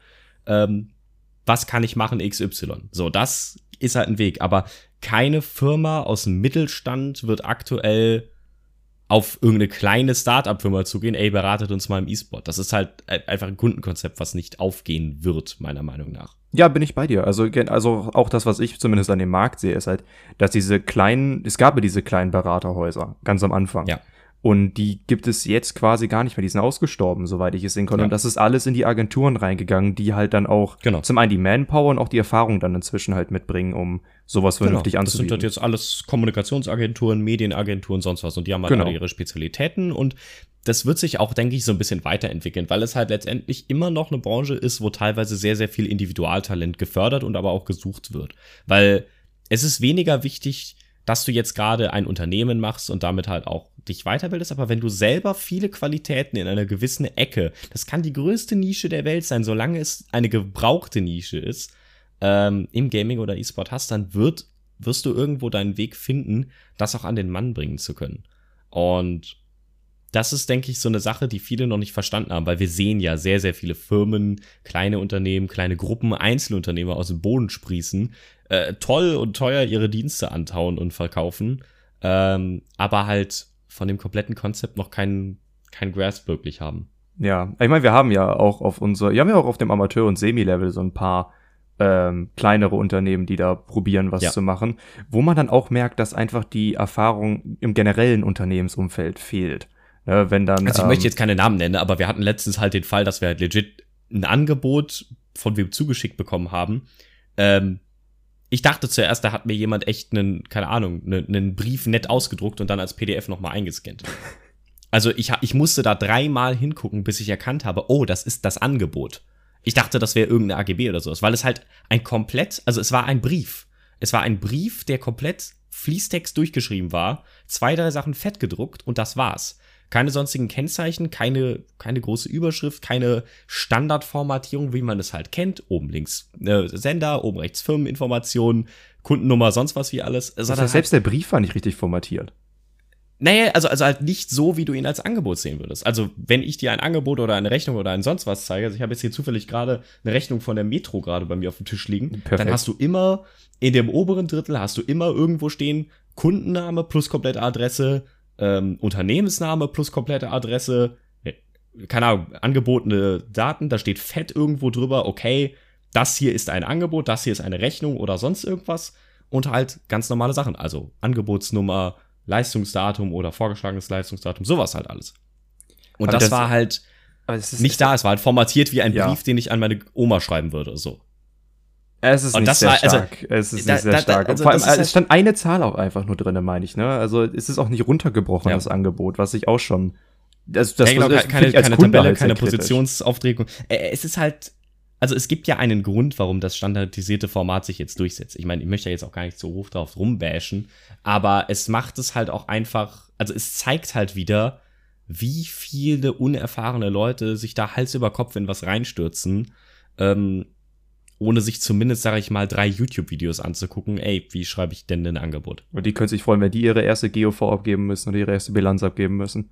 Was kann ich machen, XY? So, das ist halt ein Weg, aber keine Firma aus dem Mittelstand wird aktuell auf irgendeine kleine Start-up-Firma zugehen, ey, beratet uns mal im E-Sport. Das ist halt einfach ein Kundenkonzept, was nicht aufgehen wird, meiner Meinung nach.
Ja, bin ich bei dir. Also auch das, was ich zumindest an dem Markt sehe, ist halt, dass es gab ja diese kleinen Beraterhäuser, ganz am Anfang.
Ja.
Und die gibt es jetzt quasi gar nicht mehr. Die sind ausgestorben, soweit ich es sehen konnte. Ja. Und das ist alles in die Agenturen reingegangen, die halt dann auch zum einen die Manpower und auch die Erfahrung dann inzwischen halt mitbringen, um sowas vernünftig anzubieten.
Das sind halt jetzt alles Kommunikationsagenturen, Medienagenturen, sonst was. Und die haben halt alle ihre Spezialitäten. Und das wird sich auch, denke ich, so ein bisschen weiterentwickeln, weil es halt letztendlich immer noch eine Branche ist, wo teilweise sehr, sehr viel Individualtalent gefördert und aber auch gesucht wird. Weil es ist weniger wichtig, dass du jetzt gerade ein Unternehmen machst und damit halt auch dich weiterbildest, aber wenn du selber viele Qualitäten in einer gewissen Ecke, das kann die größte Nische der Welt sein, solange es eine gebrauchte Nische ist, im Gaming oder E-Sport hast, dann wirst du irgendwo deinen Weg finden, das auch an den Mann bringen zu können. Und das ist, denke ich, so eine Sache, die viele noch nicht verstanden haben, weil wir sehen ja sehr, sehr viele Firmen, kleine Unternehmen, kleine Gruppen, Einzelunternehmer aus dem Boden sprießen, toll und teuer ihre Dienste antauen und verkaufen, aber halt von dem kompletten Konzept noch kein Grasp wirklich haben.
Ja, ich meine, wir haben ja auch auf dem Amateur- und Semi-Level so ein paar kleinere Unternehmen, die da probieren, was zu machen, wo man dann auch merkt, dass einfach die Erfahrung im generellen Unternehmensumfeld fehlt. Wenn dann,
also ich möchte jetzt keine Namen nennen, aber wir hatten letztens halt den Fall, dass wir halt legit ein Angebot von wem zugeschickt bekommen haben. Ich dachte zuerst, da hat mir jemand echt einen Brief nett ausgedruckt und dann als PDF nochmal eingescannt. Also ich musste da 3-mal hingucken, bis ich erkannt habe, oh, das ist das Angebot. Ich dachte, das wäre irgendeine AGB oder sowas, weil es halt es war ein Brief. Es war ein Brief, der komplett Fließtext durchgeschrieben war, 2, 3 Sachen fett gedruckt und das war's. Keine sonstigen Kennzeichen, keine große Überschrift, keine Standardformatierung, wie man es halt kennt. Oben links Sender, oben rechts Firmeninformationen, Kundennummer, sonst was wie alles.
Das heißt, selbst der Brief war nicht richtig formatiert.
Naja, also halt nicht so, wie du ihn als Angebot sehen würdest. Also wenn ich dir ein Angebot oder eine Rechnung oder ein sonst was zeige, also ich habe jetzt hier zufällig gerade eine Rechnung von der Metro gerade bei mir auf dem Tisch liegen, Perfekt. Dann hast du immer, in dem oberen Drittel hast du immer irgendwo stehen, Kundenname plus komplette Adresse, Unternehmensname plus komplette Adresse, keine Ahnung, angebotene Daten, da steht fett irgendwo drüber, okay, das hier ist ein Angebot, das hier ist eine Rechnung oder sonst irgendwas und halt ganz normale Sachen, also Angebotsnummer, Leistungsdatum oder vorgeschlagenes Leistungsdatum, sowas halt alles. Und das war halt nicht da, es war halt formatiert wie ein Brief, den ich an meine Oma schreiben würde, so.
Es ist nicht sehr stark. Es ist nicht sehr stark. Und vor allem, es stand eine Zahl auch einfach nur drin, meine ich, ne? Also es ist auch nicht runtergebrochen, das Angebot, was ich auch schon. Das
genau, keine Tabelle, keine Positionsaufregung. Es ist halt, also es gibt ja einen Grund, warum das standardisierte Format sich jetzt durchsetzt. Ich meine, ich möchte ja jetzt auch gar nicht so hoch drauf rumbashen, aber es macht es halt auch einfach, also es zeigt halt wieder, wie viele unerfahrene Leute sich da Hals über Kopf in was reinstürzen, ohne sich zumindest, sage ich mal, 3 YouTube-Videos anzugucken. Ey, wie schreibe ich denn ein Angebot?
Und die können sich freuen, wenn die ihre erste GOV abgeben müssen oder ihre erste Bilanz abgeben müssen.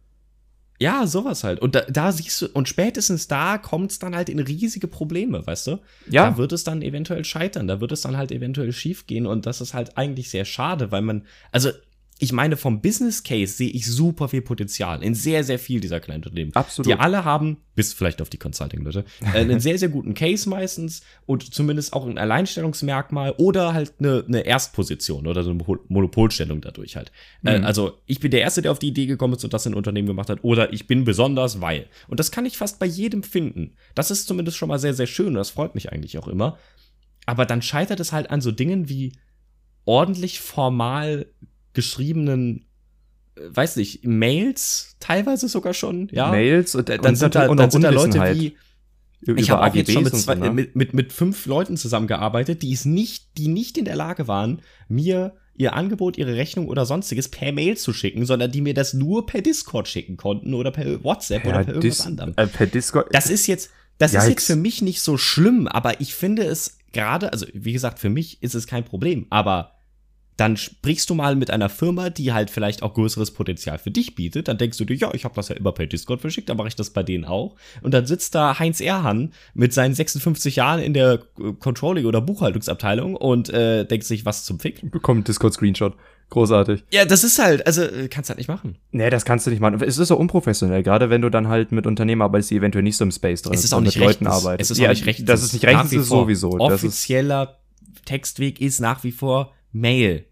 Ja, sowas halt. Und da siehst du, und spätestens da kommt es dann halt in riesige Probleme, weißt du?
Ja.
Da wird es dann eventuell scheitern, da wird es dann halt eventuell schief gehen und das ist halt eigentlich sehr schade, weil man, also ich meine, vom Business Case sehe ich super viel Potenzial in sehr, sehr viel dieser kleinen Unternehmen.
Absolut.
Die alle haben, bis vielleicht auf die Consulting-Leute, einen sehr, sehr guten Case meistens und zumindest auch ein Alleinstellungsmerkmal oder halt eine Erstposition oder so eine Monopolstellung dadurch halt. Also ich bin der Erste, der auf die Idee gekommen ist und das in Unternehmen gemacht hat oder ich bin besonders, weil. Und das kann ich fast bei jedem finden. Das ist zumindest schon mal sehr, sehr schön und das freut mich eigentlich auch immer. Aber dann scheitert es halt an so Dingen wie ordentlich formal geschriebenen, weiß nicht, Mails teilweise sogar schon, ja.
Mails und
dann sind da Leute wie ich habe auch jetzt schon
so,
mit 5 Leuten zusammengearbeitet, die nicht in der Lage waren, mir ihr Angebot, ihre Rechnung oder sonstiges per Mail zu schicken, sondern die mir das nur per Discord schicken konnten oder per WhatsApp oder per irgendwas anderem.
Per Discord.
Das ist jetzt für mich nicht so schlimm, aber ich finde es gerade, also wie gesagt, für mich ist es kein Problem, aber dann sprichst du mal mit einer Firma, die halt vielleicht auch größeres Potenzial für dich bietet. Dann denkst du dir, ja, ich habe das ja immer per Discord verschickt, dann mache ich das bei denen auch. Und dann sitzt da Heinz Erhan mit seinen 56 Jahren in der Controlling- oder Buchhaltungsabteilung und denkt sich, was zum Fick.
Bekommt Discord-Screenshot. Großartig.
Ja, das ist halt, also kannst du halt nicht machen.
Nee, das kannst du nicht machen. Es ist auch unprofessionell, gerade wenn du dann halt mit Unternehmen arbeitest, die eventuell nicht so im Space drin sind.
Es ist auch nicht
mit Leuten arbeitest.
Es ist auch nicht rechtens.
Das ist nicht rechtens, ist sowieso.
Offizieller Textweg ist nach wie vor Mail.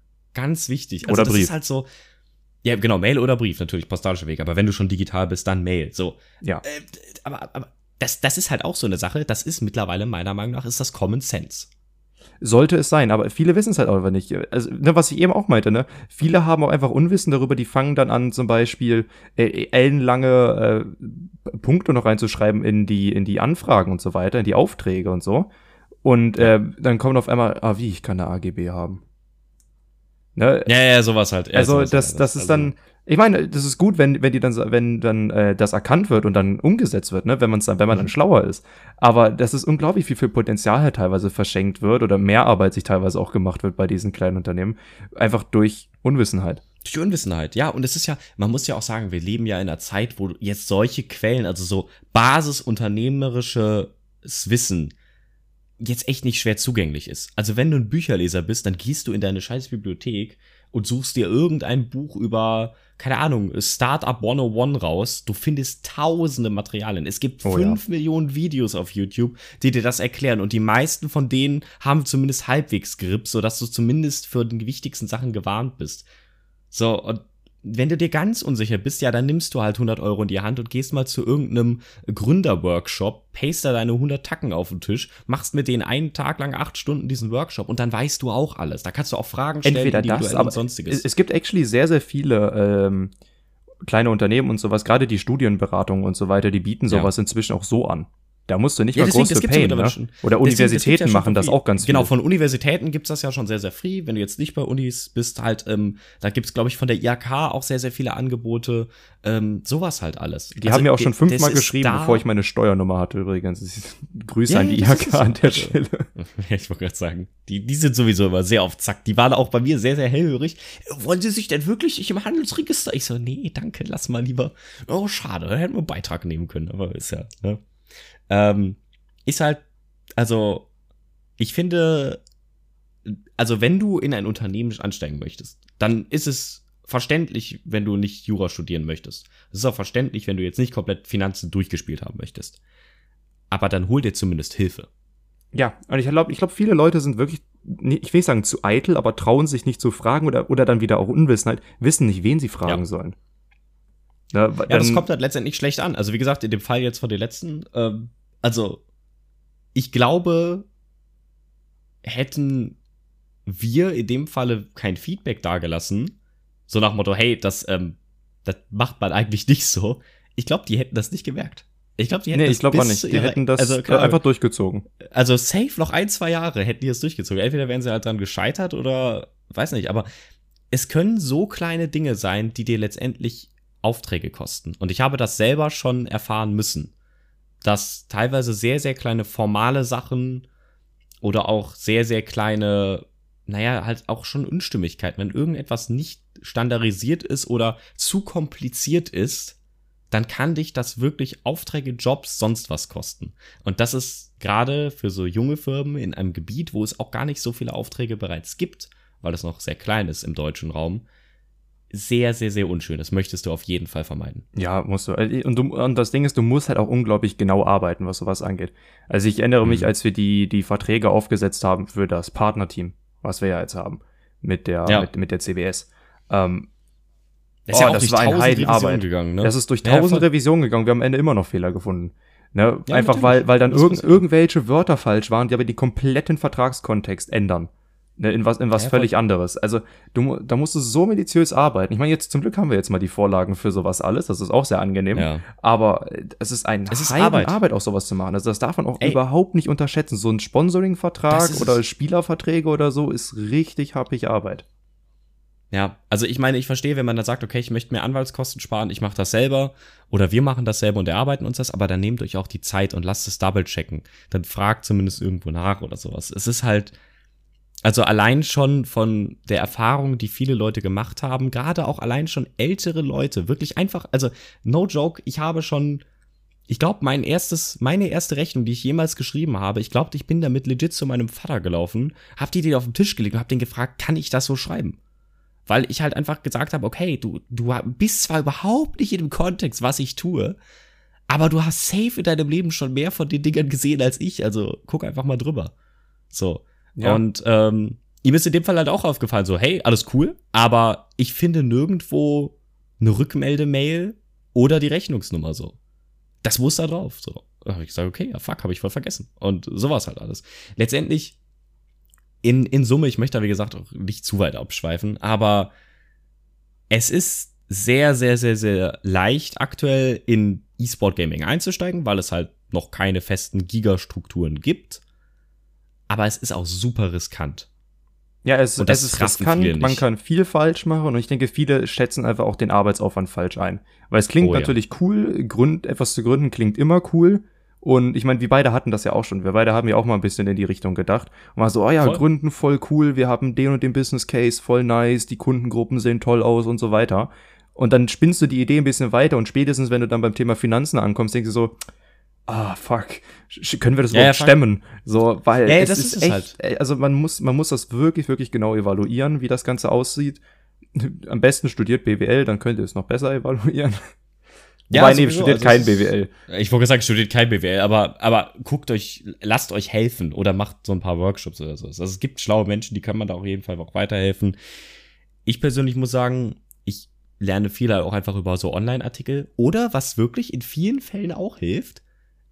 Ganz wichtig. Also
oder
das
Brief.
Ist halt so, ja, genau, Mail oder Brief, natürlich, postalischer Weg. Aber wenn du schon digital bist, dann Mail. So.
Ja.
Aber das ist halt auch so eine Sache, das ist mittlerweile, meiner Meinung nach, ist das Common Sense.
Sollte es sein, aber viele wissen es halt auch einfach nicht. Also, ne, was ich eben auch meinte, ne? Viele haben auch einfach Unwissen darüber, die fangen dann an, zum Beispiel ellenlange Punkte noch reinzuschreiben in die Anfragen und so weiter, in die Aufträge und so. Und dann kommt auf einmal, ich kann eine AGB haben. Ne?
Ja, sowas halt. Ja,
also
sowas
das
halt.
ist dann, ich meine, das ist gut, wenn dann das erkannt wird und dann umgesetzt wird, ne, wenn man dann schlauer ist. Aber das ist unglaublich, wie viel Potenzial halt teilweise verschenkt wird oder mehr Arbeit sich teilweise auch gemacht wird bei diesen kleinen Unternehmen, einfach durch Unwissenheit.
Durch Unwissenheit, ja. Und es ist ja, man muss ja auch sagen, wir leben ja in einer Zeit, wo jetzt solche Quellen, also so basisunternehmerisches Wissen jetzt echt nicht schwer zugänglich ist. Also wenn du ein Bücherleser bist, dann gehst du in deine scheiß Bibliothek und suchst dir irgendein Buch über, keine Ahnung, Startup 101 raus. Du findest tausende Materialien. Es gibt 5 Millionen Videos auf YouTube, die dir das erklären. Und die meisten von denen haben zumindest halbwegs Grip, sodass du zumindest für die wichtigsten Sachen gewarnt bist. So, und wenn du dir ganz unsicher bist, ja, dann nimmst du halt 100 Euro in die Hand und gehst mal zu irgendeinem Gründerworkshop, paste da deine 100 Tacken auf den Tisch, machst mit denen einen Tag lang 8 Stunden diesen Workshop und dann weißt du auch alles. Da kannst du auch Fragen stellen,
entweder das, aber
und sonstiges.
Es gibt actually sehr, sehr viele kleine Unternehmen und sowas, gerade die Studienberatungen und so weiter, die bieten sowas inzwischen auch so an. Da musst du nicht mal groß für payen, ne? Oder Universitäten machen das auch ganz viel.
Genau, von Universitäten gibt's das ja schon sehr, sehr free. Wenn du jetzt nicht bei Unis bist, halt, da gibt's, glaube ich, von der IHK auch sehr, sehr viele Angebote. Sowas halt alles.
Die haben mir auch schon 5-mal geschrieben, bevor ich meine Steuernummer hatte übrigens. Grüße an die IHK an der Stelle.
Ja, ich wollte gerade sagen, die sind sowieso immer sehr auf Zack. Die waren auch bei mir sehr, sehr hellhörig. Wollen Sie sich denn wirklich nicht im Handelsregister? Ich so, nee, danke, lass mal lieber. Oh, schade, da hätten wir einen Beitrag nehmen können. Aber ist ja, ne? Ist halt, also, ich finde, also wenn du in ein Unternehmen ansteigen möchtest, dann ist es verständlich, wenn du nicht Jura studieren möchtest. Es ist auch verständlich, wenn du jetzt nicht komplett Finanzen durchgespielt haben möchtest. Aber dann hol dir zumindest Hilfe.
Ja, und ich glaube, viele Leute sind wirklich, ich will nicht sagen zu eitel, aber trauen sich nicht zu fragen oder dann wieder auch Unwissenheit, wissen nicht, wen sie fragen sollen.
Ja, das kommt halt letztendlich schlecht an. Also wie gesagt, in dem Fall jetzt von den letzten, also ich glaube, hätten wir in dem Falle kein Feedback dagelassen, so nach dem Motto, hey, das macht man eigentlich nicht so. Ich glaube, die hätten das nicht gemerkt. Ich glaube, die hätten
ich glaube auch nicht. Die hätten das einfach durchgezogen.
Also safe noch 1-2 Jahre hätten die das durchgezogen. Entweder wären sie halt dran gescheitert oder weiß nicht. Aber es können so kleine Dinge sein, die dir letztendlich Aufträge kosten. Und ich habe das selber schon erfahren müssen, dass teilweise sehr, sehr kleine formale Sachen oder auch sehr, sehr kleine, halt auch schon Unstimmigkeiten, wenn irgendetwas nicht standardisiert ist oder zu kompliziert ist, dann kann dich das wirklich Aufträge, Jobs, sonst was kosten. Und das ist gerade für so junge Firmen in einem Gebiet, wo es auch gar nicht so viele Aufträge bereits gibt, weil es noch sehr klein ist im deutschen Raum, sehr, sehr, sehr unschön. Das möchtest du auf jeden Fall vermeiden.
Ja, musst du. Und das Ding ist, du musst halt auch unglaublich genau arbeiten, was sowas angeht. Also ich erinnere mich, als wir die Verträge aufgesetzt haben für das Partnerteam, was wir ja jetzt haben, mit der CBS.
Das war
ein Heidenarbeit.
Gegangen, ne?
Das ist durch 1000 Revisionen gegangen. Wir haben am Ende immer noch Fehler gefunden. Ne?
Ja,
einfach weil dann irgendwelche Wörter falsch waren, die aber den kompletten Vertragskontext ändern. Ne? In was völlig anderes. Also da musst du so minutiös arbeiten. Ich meine, jetzt zum Glück haben wir jetzt mal die Vorlagen für sowas alles. Das ist auch sehr angenehm. Ja. Aber es ist Arbeit, auch sowas zu machen. Also das darf man auch überhaupt nicht unterschätzen. So ein Sponsoring-Vertrag oder Spielerverträge oder so ist richtig happig Arbeit.
Ja, also ich meine, ich verstehe, wenn man dann sagt, okay, ich möchte mehr Anwaltskosten sparen, ich mache das selber oder wir machen das selber und erarbeiten uns das, aber dann nehmt euch auch die Zeit und lasst es double checken. Dann fragt zumindest irgendwo nach oder sowas. Es ist halt, also allein schon von der Erfahrung, die viele Leute gemacht haben, gerade auch allein schon ältere Leute, wirklich einfach, also no joke, ich glaube, meine erste Rechnung, die ich jemals geschrieben habe, ich glaube, ich bin damit legit zu meinem Vater gelaufen, hab die auf den Tisch gelegt und hab den gefragt, kann ich das so schreiben? Weil ich halt einfach gesagt habe, okay, du bist zwar überhaupt nicht in dem Kontext, was ich tue, aber du hast safe in deinem Leben schon mehr von den Dingern gesehen als ich, also guck einfach mal drüber. So. Ja. Und ihm ist in dem Fall halt auch aufgefallen, so, hey, alles cool, aber ich finde nirgendwo eine Rückmeldemail oder die Rechnungsnummer so. Das muss da drauf. So. Da habe ich gesagt, okay, ja fuck, habe ich voll vergessen. Und so war es halt alles. Letztendlich in Summe, ich möchte da wie gesagt auch nicht zu weit abschweifen, aber es ist sehr, sehr, sehr, sehr leicht aktuell in E-Sport-Gaming einzusteigen, weil es halt noch keine festen Gigastrukturen gibt. Aber es ist auch super riskant.
Ja, es ist riskant, man kann viel falsch machen und ich denke, viele schätzen einfach auch den Arbeitsaufwand falsch ein. Weil es klingt natürlich cool, etwas zu gründen klingt immer cool. Und ich meine, wir beide hatten das ja auch schon. Wir beide haben ja auch mal ein bisschen in die Richtung gedacht. Und mal so, gründen voll cool, wir haben den und den Business Case, voll nice, die Kundengruppen sehen toll aus und so weiter. Und dann spinnst du die Idee ein bisschen weiter und spätestens, wenn du dann beim Thema Finanzen ankommst, denkst du so, fuck, können wir das überhaupt stemmen? So, weil es ist echt, halt. Also man muss das wirklich, wirklich genau evaluieren, wie das Ganze aussieht. Am besten studiert BWL, dann könnt ihr es noch besser evaluieren.
Ja, studiert kein BWL. Ich wollte sagen, studiert kein BWL, aber lasst euch helfen oder macht so ein paar Workshops oder so. Also es gibt schlaue Menschen, die kann man da auf jeden Fall auch weiterhelfen. Ich persönlich muss sagen, ich lerne viel auch einfach über so Online-Artikel oder was wirklich in vielen Fällen auch hilft,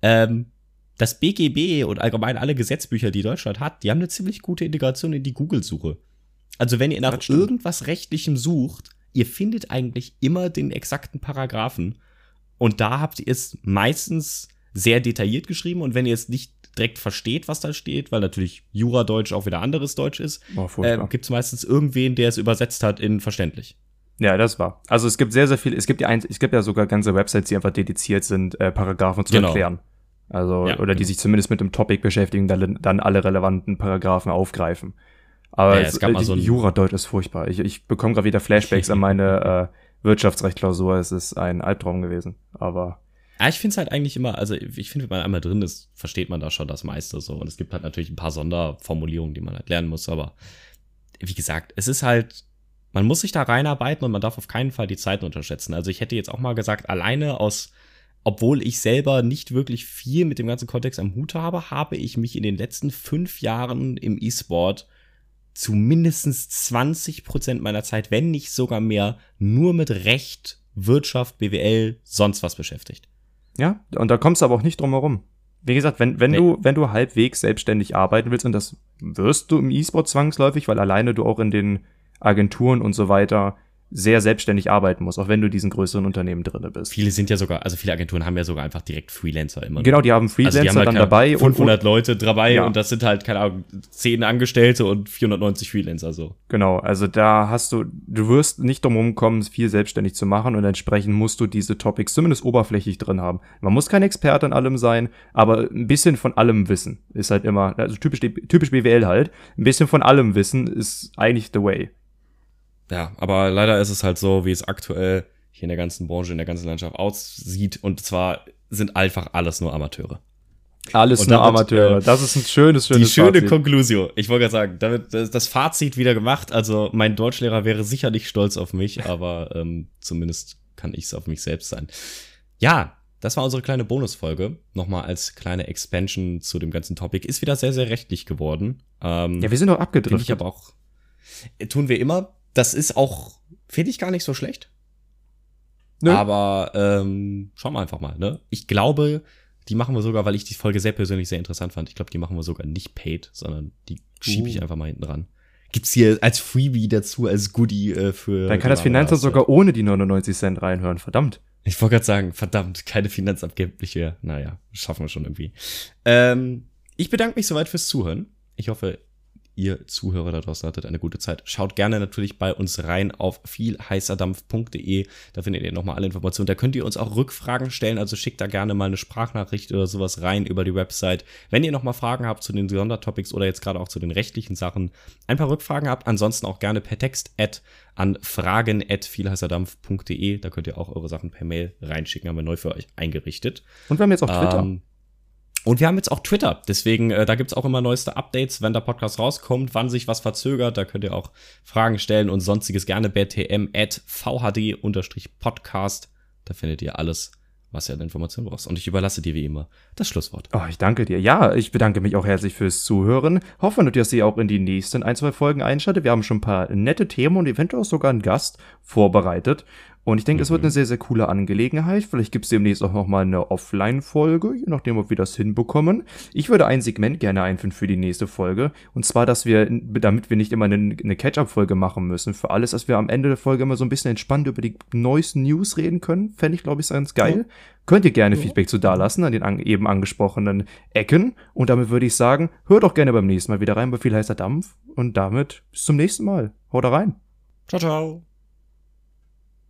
das BGB und allgemein alle Gesetzbücher, die Deutschland hat, die haben eine ziemlich gute Integration in die Google-Suche. Also wenn ihr nach irgendwas Rechtlichem sucht, ihr findet eigentlich immer den exakten Paragraphen. Und da habt ihr es meistens sehr detailliert geschrieben. Und wenn ihr es nicht direkt versteht, was da steht, weil natürlich Jura-Deutsch auch wieder anderes Deutsch ist, gibt es meistens irgendwen, der es übersetzt hat in verständlich.
Ja, das war. Also es gibt sehr, sehr viel. Es gibt ja sogar ganze Websites, die einfach dediziert sind, Paragraphen zu erklären. Also, oder die sich zumindest mit dem Topic beschäftigen, dann alle relevanten Paragraphen aufgreifen. Aber es gab mal so Jura-Deutsch ist furchtbar. Ich bekomme gerade wieder Flashbacks an meine Wirtschaftsrecht-Klausur. Es ist ein Albtraum gewesen. Aber
ja, ich finde es halt eigentlich immer, also ich finde, wenn man einmal drin ist, versteht man da schon das meiste so. Und es gibt halt natürlich ein paar Sonderformulierungen, die man halt lernen muss. Aber wie gesagt, es ist halt Man muss sich da reinarbeiten und man darf auf keinen Fall die Zeit unterschätzen. Also ich hätte jetzt auch mal gesagt, alleine obwohl ich selber nicht wirklich viel mit dem ganzen Kontext am Hut habe ich mich in den letzten 5 Jahren im E-Sport zu mindestens 20% meiner Zeit, wenn nicht sogar mehr, nur mit Recht, Wirtschaft, BWL, sonst was beschäftigt.
Ja, und da kommst du aber auch nicht drum herum. Wie gesagt, wenn du halbwegs selbstständig arbeiten willst, und das wirst du im E-Sport zwangsläufig, weil alleine du auch in den Agenturen und so weiter sehr selbstständig arbeiten musst, auch wenn du diesen größeren Unternehmen drin bist.
Viele Agenturen haben ja sogar einfach direkt Freelancer immer.
Genau, die haben Freelancer
die haben halt
dann dabei.
500 Leute dabei
ja.
Und das sind halt, keine Ahnung, 10 Angestellte und 490 Freelancer so.
Genau, also da du wirst nicht drum rumkommen, viel selbstständig zu machen und entsprechend musst du diese Topics zumindest oberflächlich drin haben. Man muss kein Experte in allem sein, aber ein bisschen von allem wissen ist halt immer, also typisch BWL halt, ein bisschen von allem wissen ist eigentlich the way.
Ja, aber leider ist es halt so, wie es aktuell hier in der ganzen Branche, in der ganzen Landschaft aussieht. Und zwar sind einfach alles nur Amateure.
Alles nur Amateure. Das ist ein schönes
Die schöne Conclusio. Ich wollte gerade sagen, damit das Fazit wieder gemacht. Also mein Deutschlehrer wäre sicherlich stolz auf mich, aber zumindest kann ich es auf mich selbst sein. Ja, das war unsere kleine Bonusfolge. Nochmal als kleine Expansion zu dem ganzen Topic. Ist wieder sehr, sehr rechtlich geworden.
Ja, wir sind doch abgedriftet.
Ich aber auch. Tun wir immer. Das ist auch, finde ich, gar nicht so schlecht. Nö. Aber schauen wir einfach mal, ne? Ich glaube, die machen wir sogar, weil ich die Folge sehr persönlich sehr interessant fand. Ich glaube, die machen wir sogar nicht paid, sondern die schiebe ich einfach mal hinten ran. Gibt's hier als Freebie dazu, als Goodie für.
Dann kann das Finanzamt sogar ohne die 99 Cent reinhören, verdammt.
Ich wollte gerade sagen, verdammt, keine finanzabgebliche. Naja, schaffen wir schon irgendwie. Ich bedanke mich soweit fürs Zuhören. Ich hoffe, ihr Zuhörer da draußen hattet eine gute Zeit. Schaut gerne natürlich bei uns rein auf vielheißerdampf.de. Da findet ihr nochmal alle Informationen. Da könnt ihr uns auch Rückfragen stellen. Also schickt da gerne mal eine Sprachnachricht oder sowas rein über die Website. Wenn ihr nochmal Fragen habt zu den Sondertopics oder jetzt gerade auch zu den rechtlichen Sachen, ein paar Rückfragen habt, ansonsten auch gerne per Text an fragen@vielheißerdampf.de. Da könnt ihr auch eure Sachen per Mail reinschicken. Haben wir neu für euch eingerichtet.
Und wir haben jetzt auch Twitter.
Und wir haben jetzt auch Twitter, deswegen, da gibt's auch immer neueste Updates, wenn der Podcast rauskommt, wann sich was verzögert, da könnt ihr auch Fragen stellen und sonstiges gerne bei tm@vhd_podcast, da findet ihr alles, was ihr an Informationen brauchst. Und ich überlasse dir wie immer das Schlusswort.
Oh, ich danke dir. Ja, ich bedanke mich auch herzlich fürs Zuhören. Hoffe, dass ihr auch in die nächsten 1-2 Folgen einschaltet. Wir haben schon ein paar nette Themen und eventuell auch sogar einen Gast vorbereitet. Und ich denke, es wird eine sehr, sehr coole Angelegenheit. Vielleicht gibt es demnächst auch noch mal eine Offline-Folge, je nachdem, ob wir das hinbekommen. Ich würde ein Segment gerne einführen für die nächste Folge. Und zwar, damit wir nicht immer eine Catch-up-Folge machen müssen für alles, dass wir am Ende der Folge immer so ein bisschen entspannt über die neuesten News reden können. Fände ich, glaube ich, ganz geil. Ja. Könnt ihr gerne Feedback zu dalassen an den eben angesprochenen Ecken. Und damit würde ich sagen, hört auch gerne beim nächsten Mal wieder rein bei Viel heißer Dampf. Und damit bis zum nächsten Mal. Haut da rein.
Ciao, ciao.